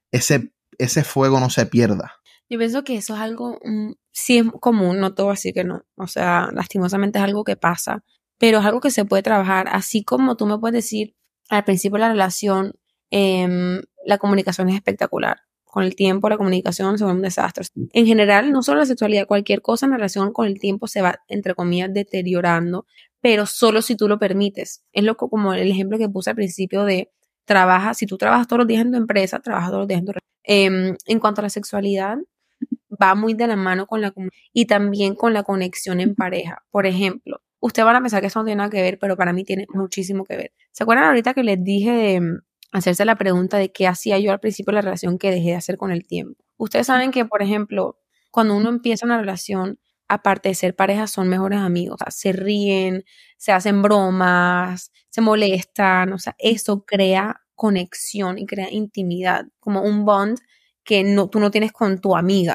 ese fuego no se pierda? Yo pienso que eso es algo, sí es común, no te voy a decir que no. O sea, lastimosamente es algo que pasa, pero es algo que se puede trabajar. Así como tú me puedes decir, al principio de la relación, la comunicación es espectacular. Con el tiempo la comunicación se vuelve un desastre. En general, no solo la sexualidad, cualquier cosa en la relación con el tiempo se va, entre comillas, deteriorando, pero solo si tú lo permites. Es como el ejemplo que puse al principio de si tú trabajas todos los días en tu empresa, trabajas todos los días en tu en cuanto a la sexualidad, va muy de la mano con y también con la conexión en pareja. Por ejemplo, ustedes van a pensar que eso no tiene nada que ver, pero para mí tiene muchísimo que ver. ¿Se acuerdan ahorita que les dije de hacerse la pregunta de qué hacía yo al principio de la relación que dejé de hacer con el tiempo? Ustedes saben que, por ejemplo, cuando uno empieza una relación, aparte de ser pareja, son mejores amigos. O sea, se ríen, se hacen bromas, se molestan. O sea, eso crea conexión y crea intimidad, como un bond que tú no tienes con tu amiga. O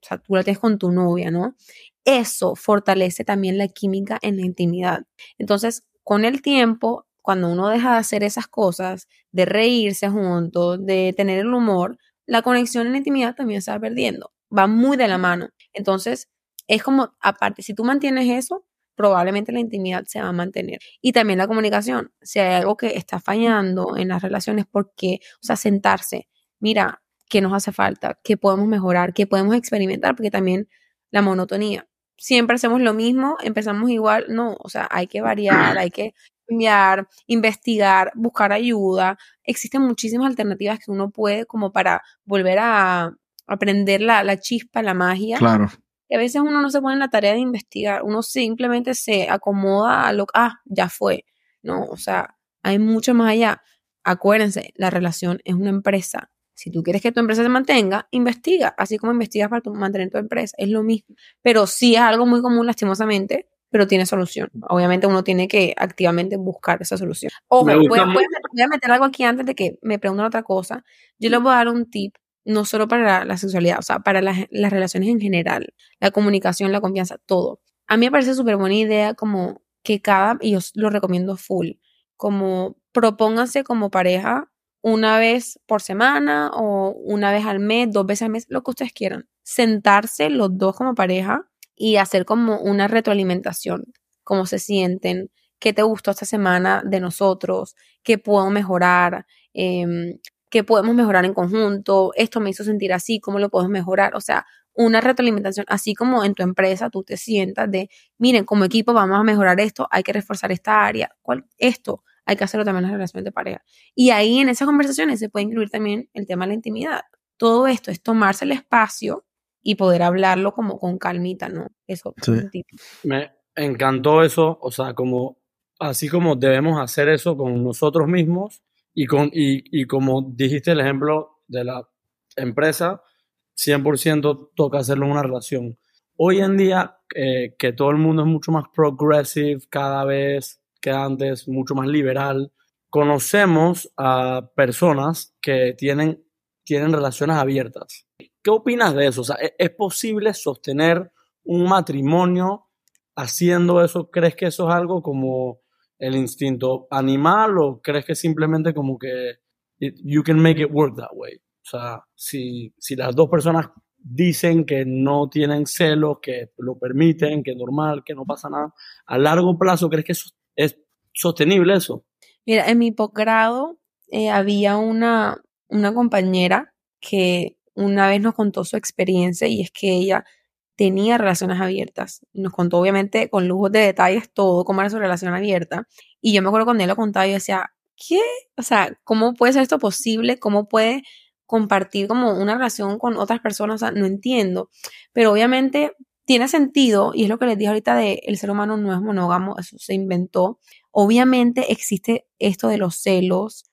o sea, tú la tienes con tu novia, ¿no? Eso fortalece también la química en la intimidad. Entonces, con el tiempo, cuando uno deja de hacer esas cosas, de reírse juntos, de tener el humor, la conexión en la intimidad también se va perdiendo. Va muy de la mano. Entonces, es como, aparte, si tú mantienes eso, probablemente la intimidad se va a mantener. Y también la comunicación. Si hay algo que está fallando en las relaciones, porque, o sea, sentarse, mira, ¿qué nos hace falta? ¿Qué podemos mejorar? ¿Qué podemos experimentar? Porque también la monotonía. Siempre hacemos lo mismo, empezamos igual. No, o sea, hay que variar, hay que cambiar, investigar, buscar ayuda. Existen muchísimas alternativas que uno puede como para volver a aprender la chispa, la magia. Claro. Y a veces uno no se pone en la tarea de investigar, uno simplemente se acomoda a lo que, ya fue. No, o sea, hay mucho más allá. Acuérdense, la relación es una empresa. Si tú quieres que tu empresa se mantenga, investiga, así como investigas para mantener tu empresa, es lo mismo. Pero sí es algo muy común, lastimosamente, pero tiene solución. Obviamente uno tiene que activamente buscar esa solución. Ojo, voy a meter algo aquí antes de que me pregunten otra cosa. Yo les voy a dar un tip, no solo para la sexualidad, o sea, para las relaciones en general, la comunicación, la confianza, todo. A mí me parece súper buena idea como que y yo lo recomiendo full, como propónganse como pareja una vez por semana o una vez al mes, 2 veces al mes, lo que ustedes quieran. Sentarse los dos como pareja y hacer como una retroalimentación, cómo se sienten, qué te gustó esta semana de nosotros, qué puedo mejorar, qué podemos mejorar en conjunto, esto me hizo sentir así, cómo lo podemos mejorar, o sea, una retroalimentación, así como en tu empresa tú te sientas de, miren, como equipo vamos a mejorar esto, hay que reforzar esta área, esto hay que hacerlo también en las relaciones de pareja. Y ahí en esas conversaciones se puede incluir también el tema de la intimidad. Todo esto es tomarse el espacio y poder hablarlo como con calmita, ¿no? Eso Sí. es un tip. Me encantó eso, o sea, como así como debemos hacer eso con nosotros mismos y como dijiste el ejemplo de la empresa, 100% toca hacerlo en una relación. Hoy en día, que todo el mundo es mucho más progressive cada vez que antes, mucho más liberal, conocemos a personas que tienen relaciones abiertas. ¿Qué opinas de eso? O sea, ¿es posible sostener un matrimonio haciendo eso? ¿Crees que eso es algo como el instinto animal o crees que simplemente como que you can make it work that way? O sea, si las dos personas dicen que no tienen celos, que lo permiten, que es normal, que no pasa nada, a largo plazo, ¿crees que eso es sostenible eso? Mira, en mi posgrado había una compañera que una vez nos contó su experiencia y es que ella tenía relaciones abiertas. Nos contó obviamente con lujos de detalles todo, cómo era su relación abierta. Y yo me acuerdo cuando él lo contaba, yo decía, ¿qué? O sea, ¿cómo puede ser esto posible? ¿Cómo puede compartir como una relación con otras personas? O sea, no entiendo. Pero obviamente tiene sentido y es lo que les dije ahorita de el ser humano no es monógamo, eso se inventó. Obviamente existe esto de los celos,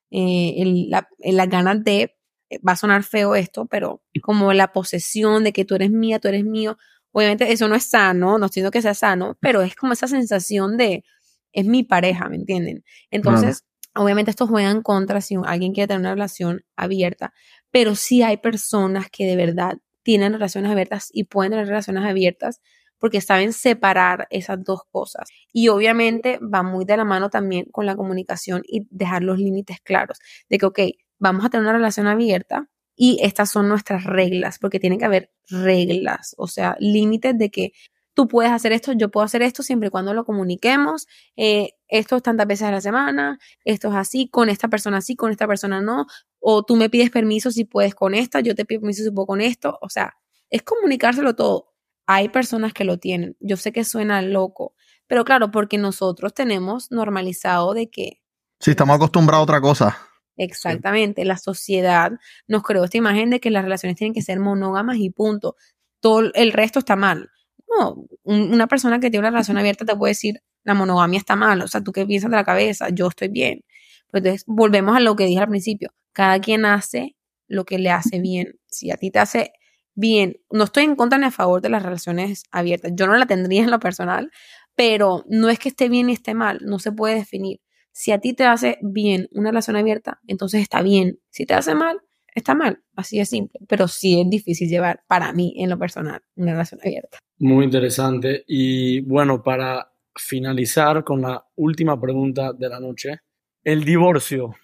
las ganas de, va a sonar feo esto, pero como la posesión de que tú eres mía, tú eres mío. Obviamente eso no es sano, no estoy diciendo que sea sano, pero es como esa sensación de, es mi pareja, ¿me entienden? Entonces, obviamente esto juega en contra si alguien quiere tener una relación abierta, pero sí hay personas que de verdad tienen relaciones abiertas y pueden tener relaciones abiertas porque saben separar esas dos cosas. Y obviamente va muy de la mano también con la comunicación y dejar los límites claros de que, ok, vamos a tener una relación abierta y estas son nuestras reglas, porque tiene que haber reglas, o sea, límites de que tú puedes hacer esto, yo puedo hacer esto siempre y cuando lo comuniquemos, esto es tantas veces a la semana, esto es así, con esta persona sí, con esta persona no, o tú me pides permiso si puedes con esta, yo te pido permiso si puedo con esto, o sea, es comunicárselo todo. Hay personas que lo tienen, yo sé que suena loco, pero claro, porque nosotros tenemos normalizado de que... Sí, estamos acostumbrados a otra cosa. Exactamente, la sociedad nos creó esta imagen de que las relaciones tienen que ser monógamas y punto. Todo el resto está mal. No, una persona que tiene una relación abierta te puede decir, la monogamia está mal, o sea, ¿tú qué piensas de la cabeza? Yo estoy bien. Pero entonces, volvemos a lo que dije al principio, cada quien hace lo que le hace bien. Si a ti te hace bien, no estoy en contra ni a favor de las relaciones abiertas, yo no la tendría en lo personal, pero no es que esté bien ni esté mal, no se puede definir. Si a ti te hace bien una relación abierta, entonces está bien. Si te hace mal, está mal, así de simple, pero sí es difícil llevar, para mí, en lo personal, una relación abierta. Muy interesante. Y bueno, para finalizar con la última pregunta de la noche, el divorcio,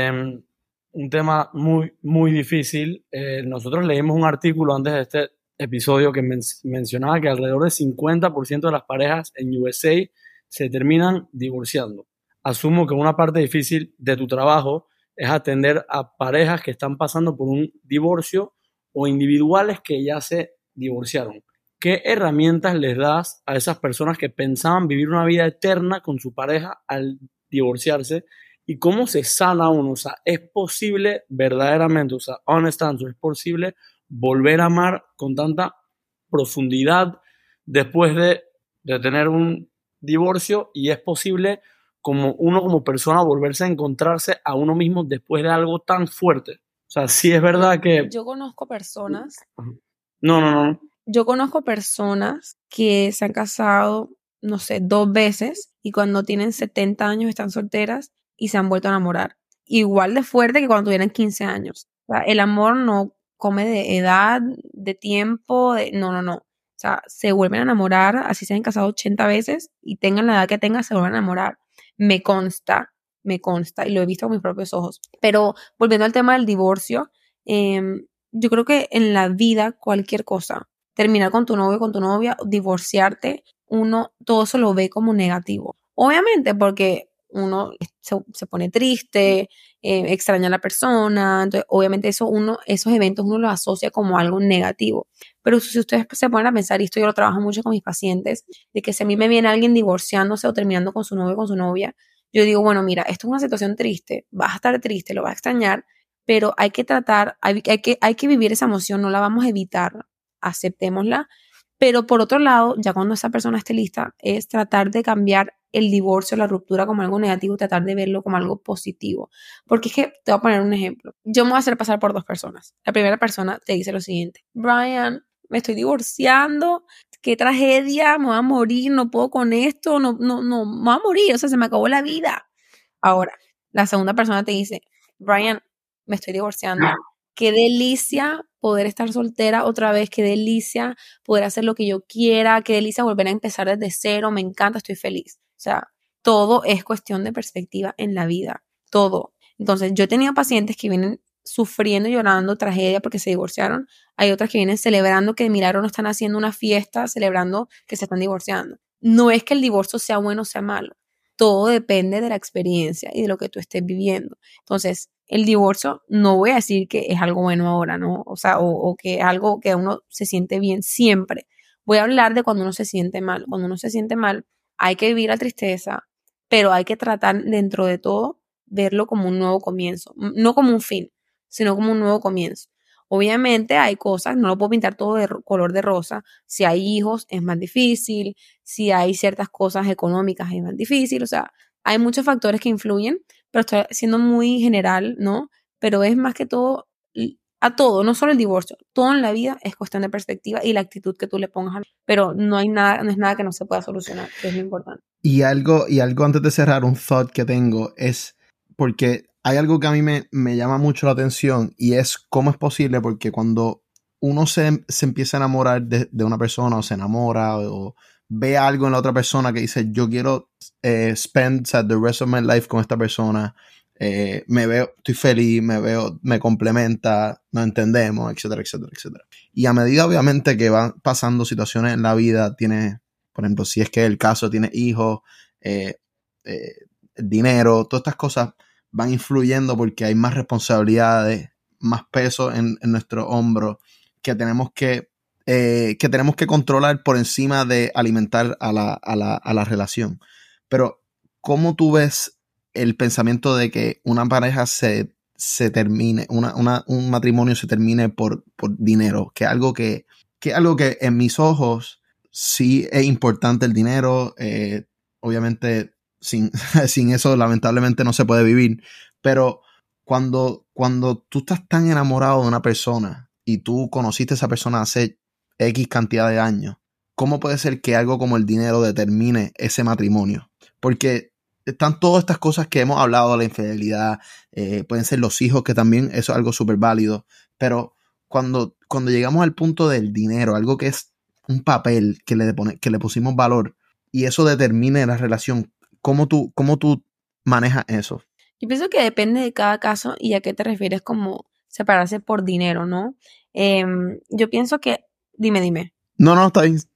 un tema muy, muy difícil. Nosotros leímos un artículo antes de este episodio que mencionaba que alrededor del 50% de las parejas en USA se terminan divorciando. Asumo que una parte difícil de tu trabajo es atender a parejas que están pasando por un divorcio o individuales que ya se divorciaron. ¿Qué herramientas les das a esas personas que pensaban vivir una vida eterna con su pareja al divorciarse? ¿Y cómo se sana uno? O sea, ¿es posible verdaderamente, o sea, honest answer, es posible volver a amar con tanta profundidad después de tener un divorcio? ¿Y es posible como uno como persona volverse a encontrarse a uno mismo después de algo tan fuerte? O sea, sí es verdad que... Yo conozco personas No. Yo conozco personas que se han casado, no sé, 2 veces y cuando tienen 70 años están solteras y se han vuelto a enamorar. Igual de fuerte que cuando tuvieran 15 años. O sea, el amor no come de edad, de tiempo, no. O sea, se vuelven a enamorar, así se han casado 80 veces y tengan la edad que tengan, se vuelven a enamorar. Me consta y lo he visto con mis propios ojos. Pero volviendo al tema del divorcio, yo creo que en la vida cualquier cosa, terminar con tu novio, con tu novia, divorciarte, uno todo eso lo ve como negativo. Obviamente porque uno se pone triste, extraña a la persona, entonces obviamente esos eventos uno los asocia como algo negativo. Pero si ustedes se ponen a pensar, y esto yo lo trabajo mucho con mis pacientes, de que si a mí me viene alguien divorciándose o terminando con su novio o con su novia, yo digo, bueno, mira, esto es una situación triste, vas a estar triste, lo vas a extrañar, pero hay que tratar, hay que vivir esa emoción, no la vamos a evitar, aceptémosla, pero por otro lado, ya cuando esa persona esté lista, es tratar de cambiar el divorcio, la ruptura como algo negativo, tratar de verlo como algo positivo. Porque es que, te voy a poner un ejemplo, yo me voy a hacer pasar por 2 personas. La primera persona te dice lo siguiente: Brian, me estoy divorciando, qué tragedia, me voy a morir, no puedo con esto, no, me voy a morir, o sea, se me acabó la vida. Ahora, la segunda persona te dice: Brian, me estoy divorciando, qué delicia poder estar soltera otra vez, qué delicia poder hacer lo que yo quiera, qué delicia volver a empezar desde cero, me encanta, estoy feliz. O sea, todo es cuestión de perspectiva en la vida, todo. Entonces, yo he tenido pacientes que vienen sufriendo, llorando, tragedia porque se divorciaron. Hay otras que vienen celebrando que de milagro no están haciendo una fiesta, celebrando que se están divorciando. No es que el divorcio sea bueno o sea malo. Todo depende de la experiencia y de lo que tú estés viviendo. Entonces, el divorcio no voy a decir que es algo bueno ahora, ¿no? O sea, o que es algo que uno se siente bien siempre. Voy a hablar de cuando uno se siente mal. Cuando uno se siente mal, hay que vivir la tristeza, pero hay que tratar dentro de todo verlo como un nuevo comienzo. No como un fin, sino como un nuevo comienzo. Obviamente hay cosas, no lo puedo pintar todo de color de rosa. Si hay hijos es más difícil, si hay ciertas cosas económicas es más difícil, o sea, hay muchos factores que influyen, pero estoy siendo muy general, ¿no? Pero es más que todo, a todo, no solo el divorcio, todo en la vida es cuestión de perspectiva y la actitud que tú le pongas, pero no hay nada, no es nada que no se pueda solucionar, que es lo importante. Y algo antes de cerrar, un thought que tengo es, porque hay algo que a mí me llama mucho la atención y es cómo es posible, porque cuando uno se empieza a enamorar de una persona o se enamora o ve algo en la otra persona que dice, yo quiero spend the rest of my life con esta persona, me veo, estoy feliz, me complementa, nos entendemos, etcétera. Y a medida, obviamente, que van pasando situaciones en la vida, tiene, por ejemplo, si es que el caso tiene hijos, dinero, todas estas cosas van influyendo porque hay más responsabilidades, más peso en nuestro hombro que tenemos que controlar por encima de alimentar a la relación. Pero, ¿cómo tú ves el pensamiento de que una pareja se termine, un matrimonio se termine por dinero? Que es algo que en mis ojos sí es importante el dinero. Obviamente, sin eso lamentablemente no se puede vivir. Pero cuando tú estás tan enamorado de una persona y tú conociste a esa persona hace X cantidad de años, ¿cómo puede ser que algo como el dinero determine ese matrimonio? Porque están todas estas cosas que hemos hablado, la infidelidad, pueden ser los hijos, que también eso es algo súper válido, pero cuando llegamos al punto del dinero, algo que es un papel que le pusimos valor y eso determine la relación, ¿cómo tú manejas eso? Yo pienso que depende de cada caso y a qué te refieres como separarse por dinero, ¿no? Yo pienso que, dime. No, está bien.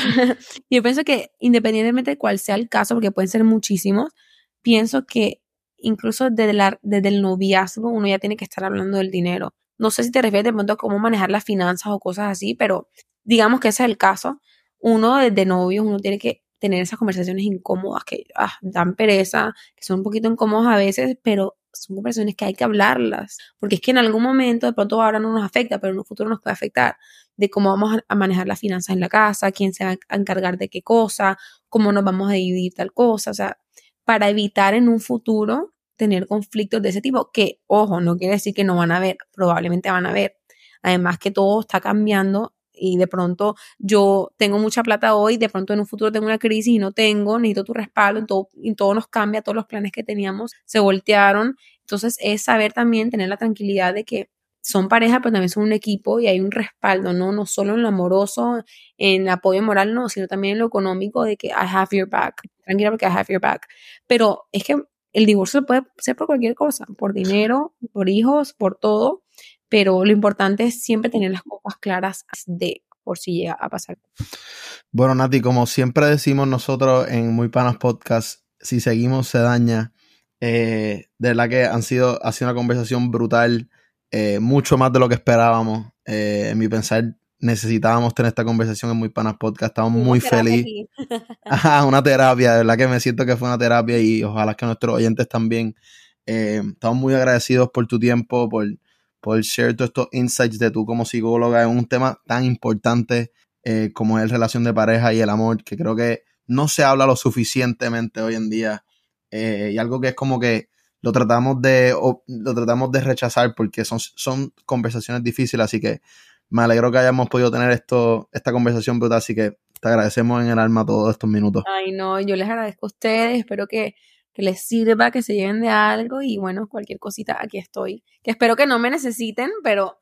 Yo pienso que independientemente de cuál sea el caso, porque pueden ser muchísimos, pienso que incluso desde el noviazgo uno ya tiene que estar hablando del dinero. No sé si te refieres de pronto a cómo manejar las finanzas o cosas así, pero digamos que ese es el caso. Uno desde novios, uno tiene que tener esas conversaciones incómodas que dan pereza, que son un poquito incómodas a veces, pero son conversaciones que hay que hablarlas, porque es que en algún momento, de pronto ahora no nos afecta, pero en un futuro nos puede afectar, de cómo vamos a manejar las finanzas en la casa, quién se va a encargar de qué cosa, cómo nos vamos a dividir tal cosa, o sea, para evitar en un futuro tener conflictos de ese tipo, que, ojo, no quiere decir que no van a haber, probablemente van a haber. Además que todo está cambiando y de pronto yo tengo mucha plata hoy, de pronto en un futuro tengo una crisis y no tengo, necesito tu respaldo y todo nos cambia, todos los planes que teníamos se voltearon. Entonces es saber también tener la tranquilidad de que son pareja, pero también son un equipo y hay un respaldo, ¿no? No solo en lo amoroso, en el apoyo moral, no, sino también en lo económico de que I have your back. Tranquila porque I have your back. Pero es que el divorcio puede ser por cualquier cosa, por dinero, por hijos, por todo, pero lo importante es siempre tener las cosas claras por si llega a pasar. Bueno, Nati, como siempre decimos nosotros en Muy Panas Podcast, si seguimos se daña. De verdad que ha sido una conversación brutal, mucho más de lo que esperábamos. En mi pensar, necesitábamos tener esta conversación en Muy Panas Podcast. Estamos muy felices. Una terapia, de verdad que me siento que fue una terapia y ojalá que nuestros oyentes también. Estamos muy agradecidos por tu tiempo, por share todos estos insights de tú como psicóloga en un tema tan importante como es relación de pareja y el amor, que creo que no se habla lo suficientemente hoy en día, y algo que es como que lo tratamos de rechazar porque son conversaciones difíciles, así que me alegro que hayamos podido tener esta conversación brutal, así que te agradecemos en el alma todos estos minutos. Ay, no, yo les agradezco a ustedes, espero que les sirva, que se lleven de algo y bueno, cualquier cosita, aquí estoy. Que espero que no me necesiten, pero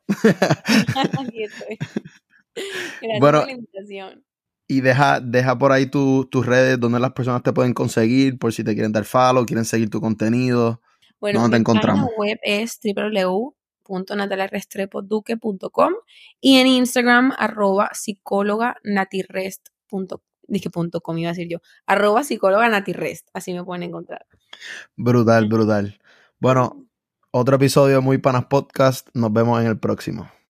aquí estoy. Gracias por la invitación. Y deja por ahí tus redes donde las personas te pueden conseguir, por si te quieren dar follow, quieren seguir tu contenido. Bueno, ¿Dónde te encontramos? Mi página web es www.nataliarestrepo.com y en Instagram @psicóloga_natirest.com iba a decir yo, @psicóloga_natirest, así me pueden encontrar. Brutal. Bueno, otro episodio de Muy Panas Podcast. Nos vemos en el próximo.